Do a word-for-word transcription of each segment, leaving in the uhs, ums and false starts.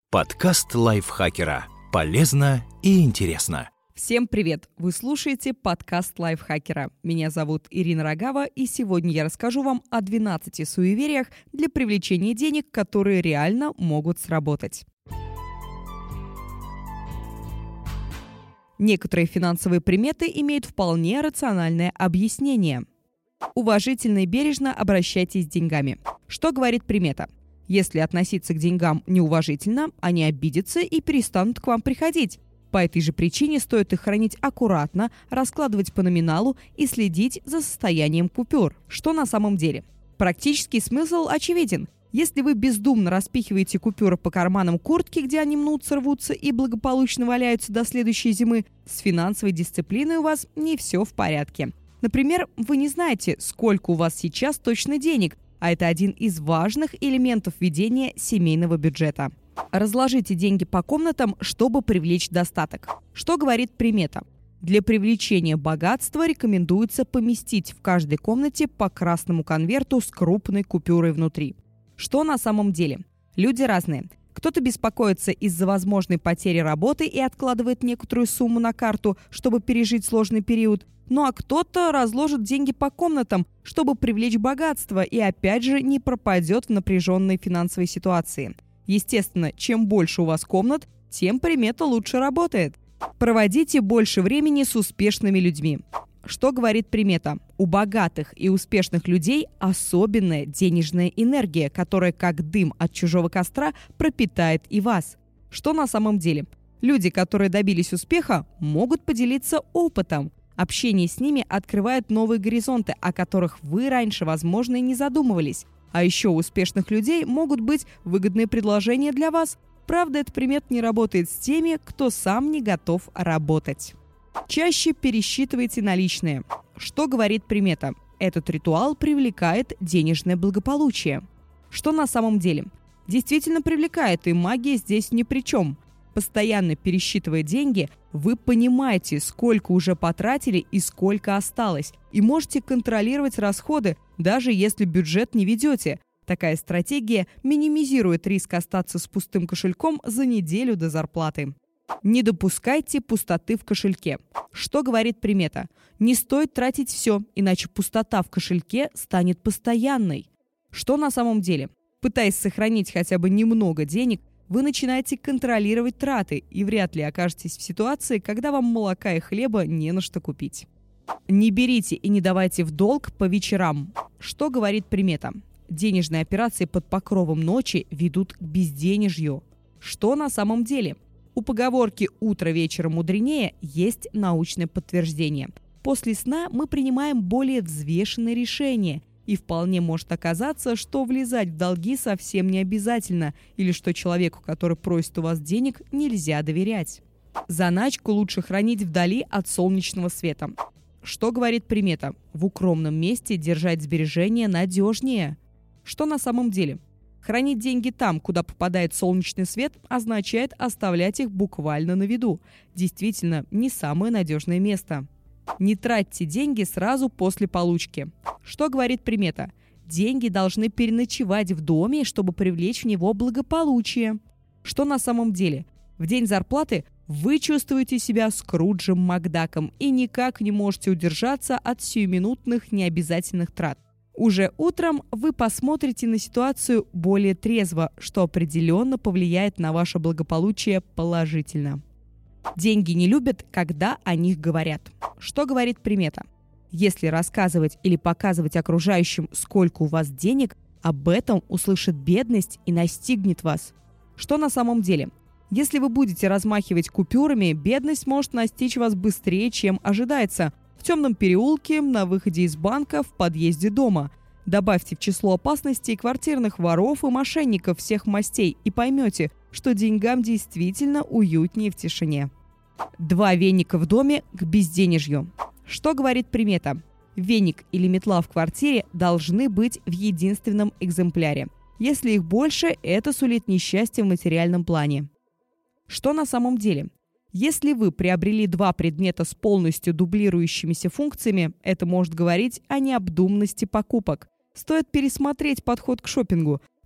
Подкаст лайфхакера. Полезно и интересно. Всем привет! Вы слушаете подкаст лайфхакера. Меня зовут Ирина Рогава, и сегодня я расскажу вам о двенадцати суевериях для привлечения денег, которые реально могут сработать. Некоторые финансовые приметы имеют вполне рациональное объяснение. Уважительно и бережно обращайтесь с деньгами. Что говорит примета? Если относиться к деньгам неуважительно, они обидятся и перестанут к вам приходить. По этой же причине стоит их хранить аккуратно, раскладывать по номиналу и следить за состоянием купюр. Что на самом деле? Практический смысл очевиден. Если вы бездумно распихиваете купюры по карманам куртки, где они мнутся, рвутся и благополучно валяются до следующей зимы, с финансовой дисциплиной у вас не все в порядке. Например, вы не знаете, сколько у вас сейчас точно денег, а это один из важных элементов ведения семейного бюджета. Разложите деньги по комнатам, чтобы привлечь достаток. Что говорит примета? Для привлечения богатства рекомендуется поместить в каждой комнате по красному конверту с крупной купюрой внутри. Что на самом деле? Люди разные. Кто-то беспокоится из-за возможной потери работы и откладывает некоторую сумму на карту, чтобы пережить сложный период. Ну а кто-то разложит деньги по комнатам, чтобы привлечь богатство и опять же не пропадет в напряженной финансовой ситуации. Естественно, чем больше у вас комнат, тем примета лучше работает. Проводите больше времени с успешными людьми. Что говорит примета? У богатых и успешных людей особенная денежная энергия, которая как дым от чужого костра пропитает и вас. Что на самом деле? Люди, которые добились успеха, могут поделиться опытом. Общение с ними открывает новые горизонты, о которых вы раньше, возможно, и не задумывались. А еще у успешных людей могут быть выгодные предложения для вас. Правда, этот примет не работает с теми, кто сам не готов работать. Чаще пересчитывайте наличные. Что говорит примета? Этот ритуал привлекает денежное благополучие. Что на самом деле? Действительно привлекает, и магия здесь ни при чем. Постоянно пересчитывая деньги, вы понимаете, сколько уже потратили и сколько осталось, и можете контролировать расходы, даже если бюджет не ведете. Такая стратегия минимизирует риск остаться с пустым кошельком за неделю до зарплаты. Не допускайте пустоты в кошельке. Что говорит примета? Не стоит тратить все, иначе пустота в кошельке станет постоянной. Что на самом деле? Пытаясь сохранить хотя бы немного денег, вы начинаете контролировать траты и вряд ли окажетесь в ситуации, когда вам молока и хлеба не на что купить. Не берите и не давайте в долг по вечерам. Что говорит примета? Денежные операции под покровом ночи ведут к безденежью. Что на самом деле? У поговорки «утро вечера мудренее» есть научное подтверждение. После сна мы принимаем более взвешенные решения, и вполне может оказаться, что влезать в долги совсем не обязательно, или что человеку, который просит у вас денег, нельзя доверять. Заначку лучше хранить вдали от солнечного света. Что говорит примета? В укромном месте держать сбережения надежнее. Что на самом деле? Хранить деньги там, куда попадает солнечный свет, означает оставлять их буквально на виду. Действительно, не самое надежное место. Не тратьте деньги сразу после получки. Что говорит примета? Деньги должны переночевать в доме, чтобы привлечь в него благополучие. Что на самом деле? В день зарплаты вы чувствуете себя Скруджем Макдаком и никак не можете удержаться от сиюминутных необязательных трат. Уже утром вы посмотрите на ситуацию более трезво, что определенно повлияет на ваше благополучие положительно. Деньги не любят, когда о них говорят. Что говорит примета? Если рассказывать или показывать окружающим, сколько у вас денег, об этом услышит бедность и настигнет вас. Что на самом деле? Если вы будете размахивать купюрами, бедность может настичь вас быстрее, чем ожидается. В темном переулке, на выходе из банка, в подъезде дома. Добавьте в число опасностей квартирных воров и мошенников всех мастей и поймете, что деньгам действительно уютнее в тишине. Два веника в доме к безденежью. Что говорит примета? Веник или метла в квартире должны быть в единственном экземпляре. Если их больше, это сулит несчастье в материальном плане. Что на самом деле? Если вы приобрели два предмета с полностью дублирующимися функциями, это может говорить о необдуманности покупок. Стоит пересмотреть подход к шопингу.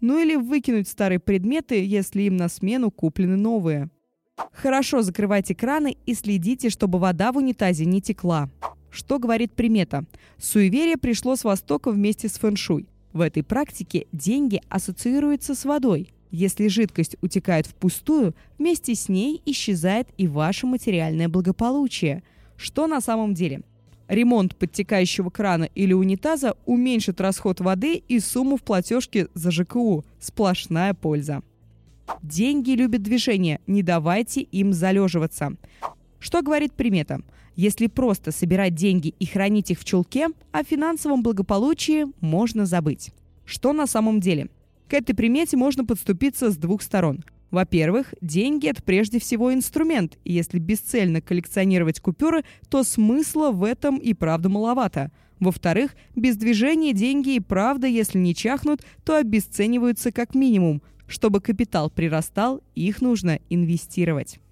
ну или выкинуть старые предметы, если им на смену куплены новые. Хорошо закрывайте краны и следите, чтобы вода в унитазе не текла. Что говорит примета? Суеверие пришло с Востока вместе с фэн-шуй. В этой практике деньги ассоциируются с водой. Если жидкость утекает впустую, вместе с ней исчезает и ваше материальное благополучие. Что на самом деле? Ремонт подтекающего крана или унитаза уменьшит расход воды и сумму в платежке за ЖКУ. Сплошная польза. Деньги любят движение, не давайте им залеживаться. Что говорит примета? Если просто собирать деньги и хранить их в чулке, о финансовом благополучии можно забыть. Что на самом деле? К этой примете можно подступиться с двух сторон. Во-первых, деньги – это прежде всего инструмент, и если бесцельно коллекционировать купюры, то смысла в этом и правда маловато. Во-вторых, без движения деньги и правда, если не чахнут, то обесцениваются как минимум. Чтобы капитал прирастал, их нужно инвестировать.